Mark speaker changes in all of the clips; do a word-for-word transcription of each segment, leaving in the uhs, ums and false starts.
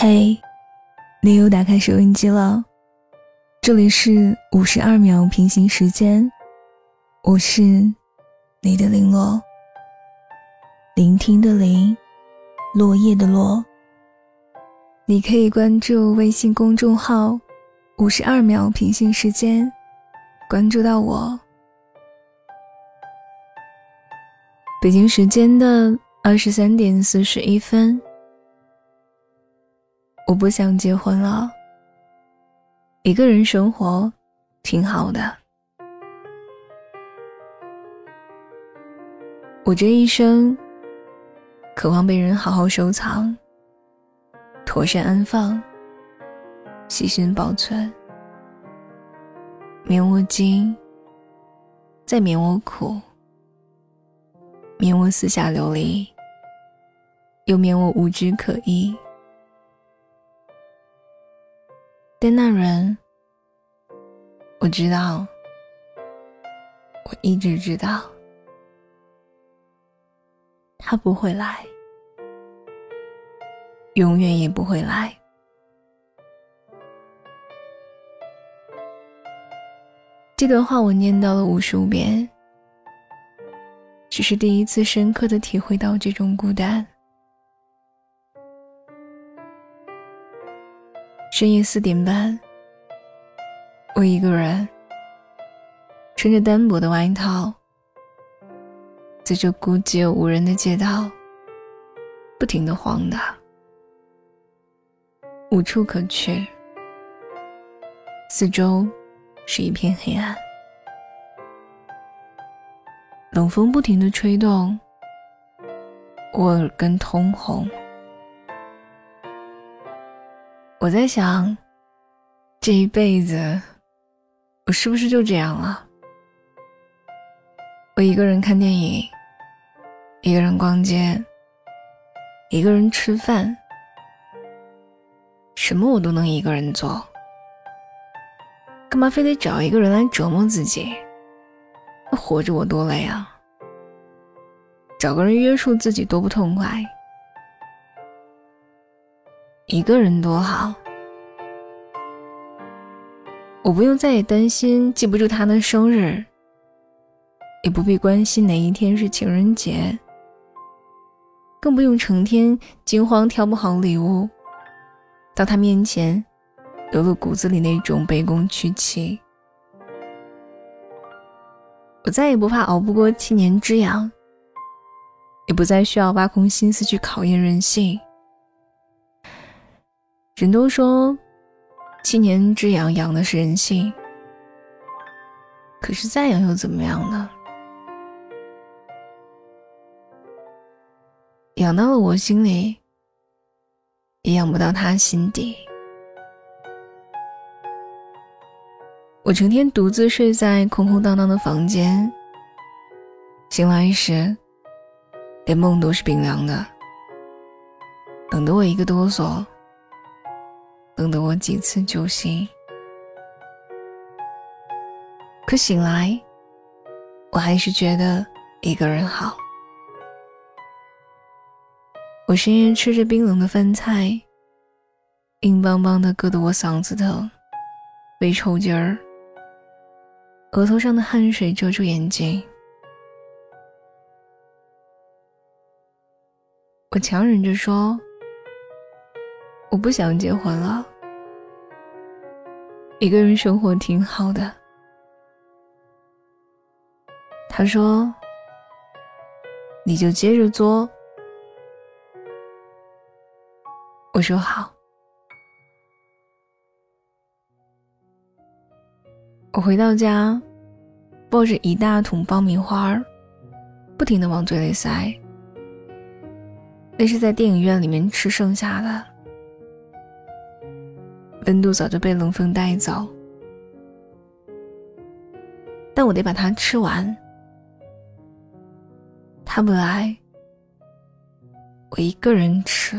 Speaker 1: 嘿，你又打开收音机了，这里是五十二秒平行时间，我是你的林落，聆听的林，落叶的落。你可以关注微信公众号五十二秒平行时间，关注到我。北京时间的二十三点四十一分，我不想结婚了，一个人生活挺好的。我这一生渴望被人好好收藏，妥善安放，细心保存，免我惊，再免我苦，免我四下流离，又免我无枝可依。但那人，我知道，我一直知道，他不会来，永远也不会来。这段话我念到了无数遍，只是第一次深刻地体会到这种孤单。深夜四点半，我一个人穿着单薄的外套，在这孤寂又无人的街道不停地晃荡，无处可去，四周是一片黑暗，冷风不停地吹动，我耳根通红。我在想，这一辈子我是不是就这样了？我一个人看电影，一个人逛街，一个人吃饭，什么我都能一个人做，干嘛非得找一个人来折磨自己？那活着我多累啊，找个人约束自己多不痛快。一个人多好，我不用再也担心记不住他的生日，也不必关心哪一天是情人节，更不用成天惊慌挑不好礼物，到他面前流露骨子里那种卑躬屈膝。我再也不怕熬不过七年之痒，也不再需要挖空心思去考验人性。人都说七年之痒养的是人性，可是再痒又怎么样呢？养到了我心里，也养不到他心底。我成天独自睡在空空荡荡的房间，醒来时连梦都是冰凉的，冷得我一个哆嗦，冷得我几次揪心。可醒来，我还是觉得一个人好。我深夜吃着冰冷的饭菜，硬邦邦的硌得我嗓子疼，胃抽筋儿，额头上的汗水遮住眼睛。我强忍着说，我不想结婚了，一个人生活挺好的。他说，你就接着做。我说好。我回到家，抱着一大桶爆米花，不停地往嘴里塞，那是在电影院里面吃剩下的，温度早就被冷风带走，但我得把它吃完。他不来，我一个人吃。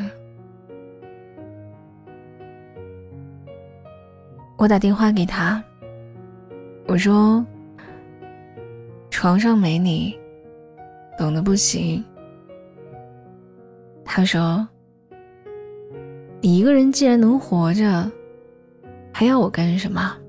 Speaker 1: 我打电话给他，我说床上没你，冷得不行。他说你一个人既然能活着，还要我干什么？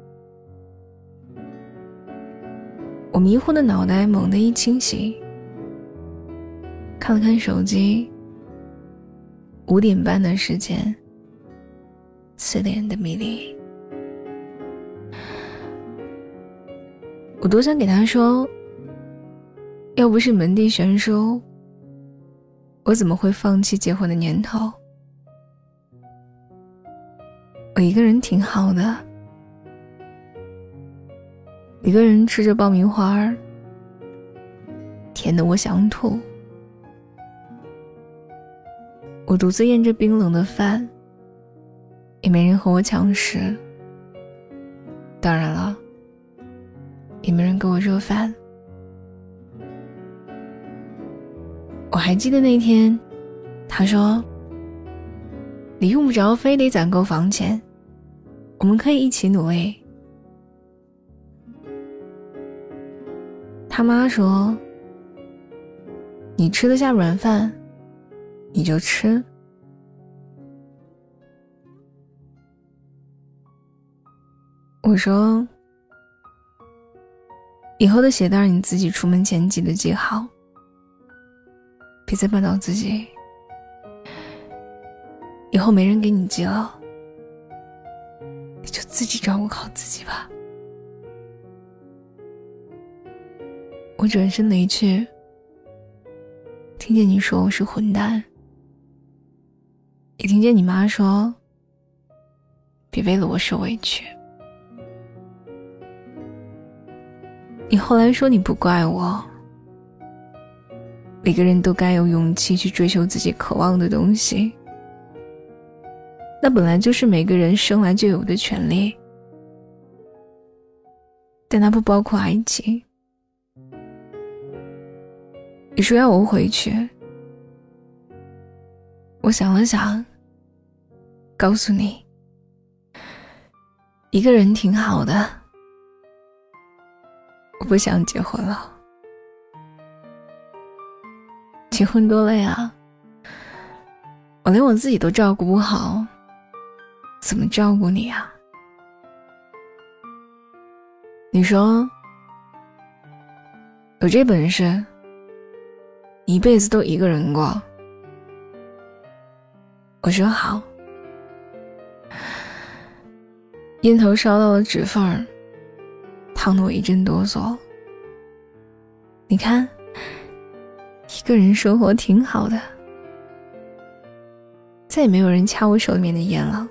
Speaker 1: 我迷糊的脑袋猛地一清醒，看了看手机，五点半的时间，四点的米粒。我多想给他说，要不是门第悬殊，我怎么会放弃结婚的念头？我一个人挺好的，一个人吃着爆米花，甜得我想吐。我独自咽着冰冷的饭，也没人和我抢食。当然了，也没人给我热饭。我还记得那天，他说，你用不着非得攒够房钱，我们可以一起努力。他妈说，你吃得下软饭，你就吃。我说，以后的鞋带你自己出门前记得系好，别再绊倒自己，以后没人给你系了，你就自己照顾好自己吧。我转身离去，听见你说我是混蛋，也听见你妈说，别为了我受委屈。你后来说你不怪我，每个人都该有勇气去追求自己渴望的东西，那本来就是每个人生来就有的权利，但那不包括爱情。你说要我回去，我想了想，告诉你，一个人挺好的，我不想结婚了。结婚多累啊，我连我自己都照顾不好，怎么照顾你啊？你说，有这本事，你一辈子都一个人过。我说好。烟头烧到了指缝儿，烫得我一阵哆嗦。你看，一个人生活挺好的，再也没有人掐我手里面的烟了。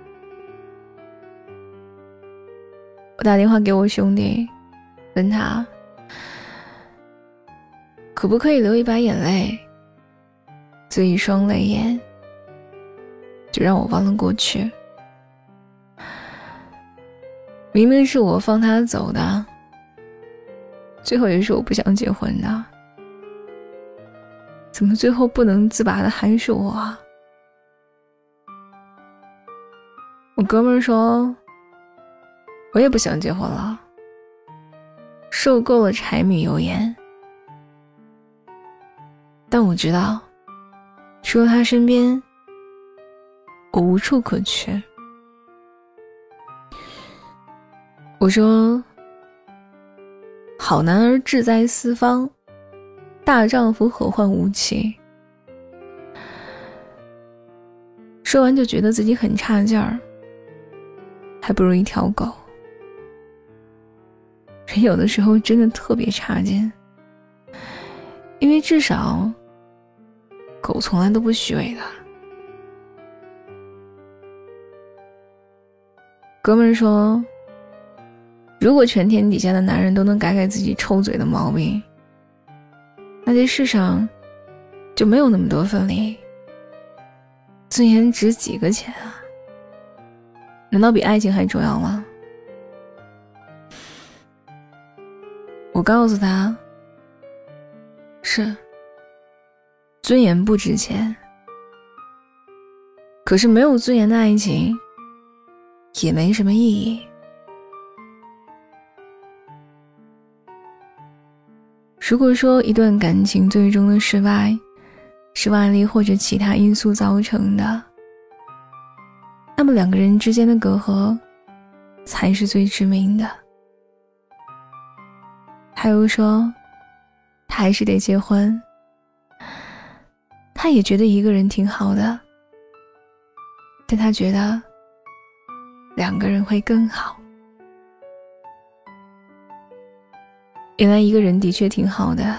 Speaker 1: 我打电话给我兄弟，问他可不可以流一把眼泪，醉一双泪眼，就让我忘了过去。明明是我放他走的，最后也是我不想结婚的，怎么最后不能自拔的还是我啊？我哥们儿说，我也不想结婚了，受够了柴米油盐。但我知道，除了他身边，我无处可去。我说，好男儿志在四方，大丈夫何患无妻。说完就觉得自己很差劲儿，还不如一条狗。人有的时候真的特别差劲，因为至少狗从来都不虚伪的。哥们儿说，如果全天底下的男人都能改改自己臭嘴的毛病，那这世上就没有那么多分离。尊严值几个钱啊？难道比爱情还重要吗？我告诉他，是，尊严不值钱，可是没有尊严的爱情也没什么意义。如果说一段感情最终的失败是外力或者其他因素造成的， 那么两个人之间的隔阂才是最致命的。他又说他还是得结婚，他也觉得一个人挺好的，但他觉得两个人会更好。原来一个人的确挺好的，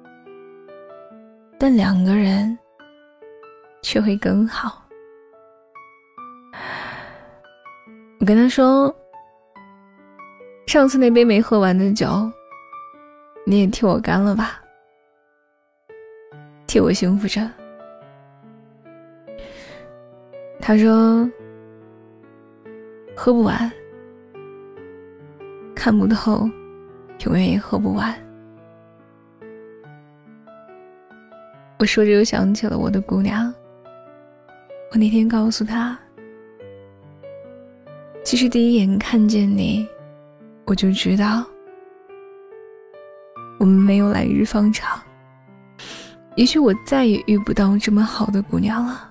Speaker 1: 但两个人却会更好。我跟他说，上次那杯没喝完的酒你也替我干了吧，替我幸福着。他说喝不完，看不透，永远也喝不完。我说着又想起了我的姑娘，我那天告诉她，其实第一眼看见你，我就知道我们没有来日方长，也许我再也遇不到这么好的姑娘了。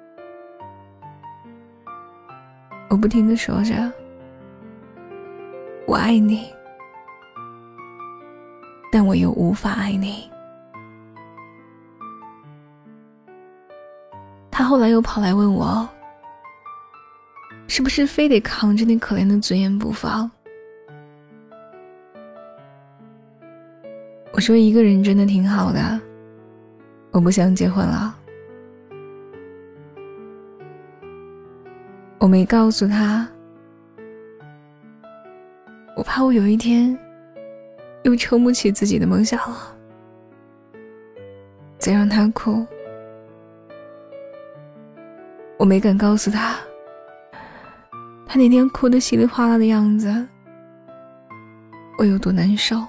Speaker 1: 我不停地说着我爱你，但我又无法爱你。他后来又跑来问我，是不是非得扛着那可怜的尊严不放。我说一个人真的挺好的，我不想结婚了。我没告诉他，我怕我有一天又撑不起自己的梦想了，再让他哭。我没敢告诉他，他那天哭得稀里哗啦的样子，我有多难受。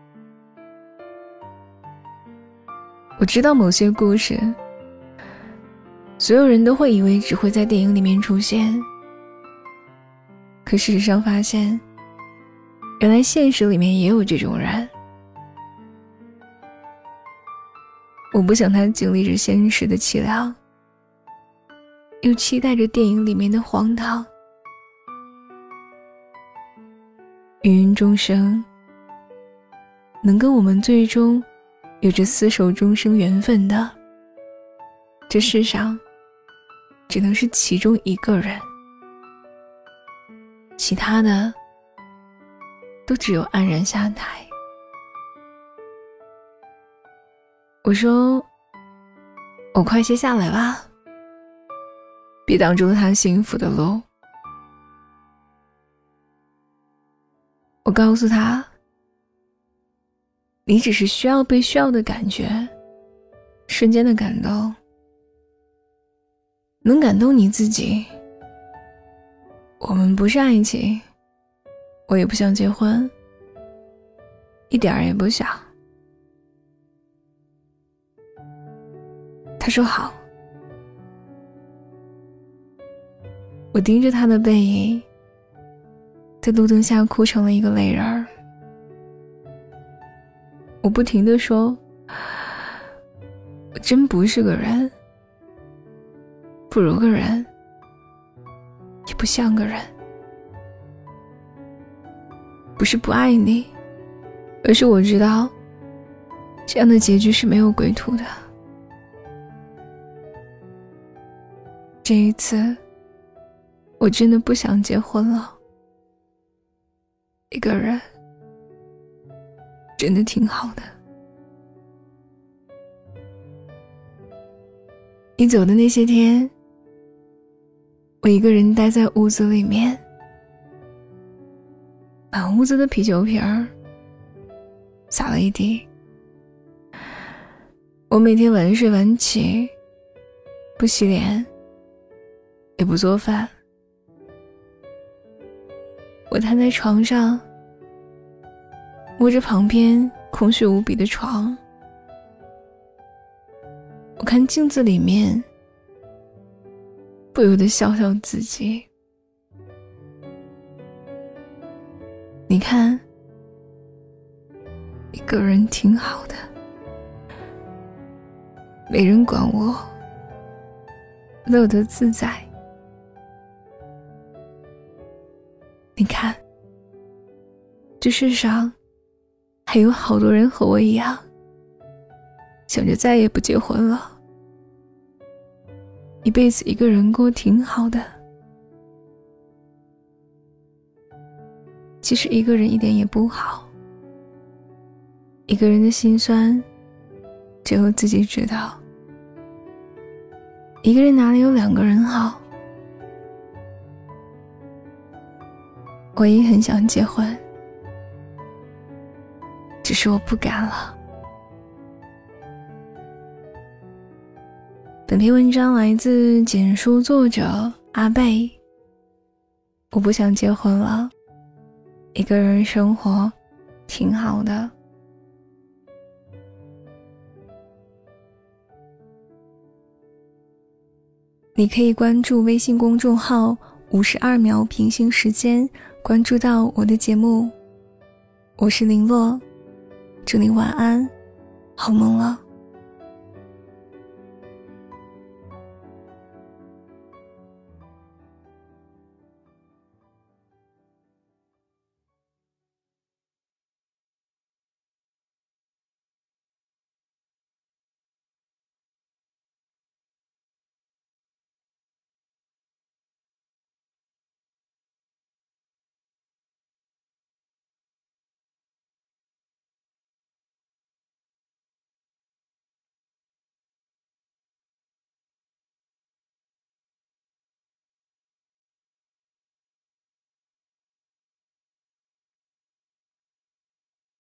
Speaker 1: 我知道某些故事，所有人都会以为只会在电影里面出现，可事实上发现，原来现实里面也有这种人。我不想他经历着现实的凄凉，又期待着电影里面的荒唐。芸芸众生，能跟我们最终有着厮守终生缘分的，这世上只能是其中一个人，其他的都只有黯然下台。我说，我快些下来吧，别挡住了他幸福的路。我告诉他，你只是需要被需要的感觉，瞬间的感动，能感动你自己。我们不是爱情，我也不想结婚，一点儿也不想。他说好。我盯着他的背影，在路灯下哭成了一个泪人儿。我不停地说，我真不是个人，不如个人，也不像个人。不是不爱你，而是我知道这样的结局是没有归途的。这一次我真的不想结婚了，一个人真的挺好的。你走的那些天，我一个人待在屋子里面，满屋子的啤酒瓶儿洒了一地。我每天晚睡晚起，不洗脸，也不做饭。我瘫在床上，摸着旁边空虚无比的床，我看镜子里面，不由得笑笑自己。你看，一个人挺好的，没人管我，乐得自在。 你看，这世上还有好多人和我一样，想着再也不结婚了，一辈子一个人过挺好的。其实一个人一点也不好，一个人的心酸只有自己知道。一个人哪里有两个人好？我也很想结婚，只是我不敢了。本篇文章来自简书作者阿贝。我不想结婚了，一个人生活挺好的。你可以关注微信公众号五十二秒平行时间，关注到我的节目。我是林洛，祝你晚安，好梦了。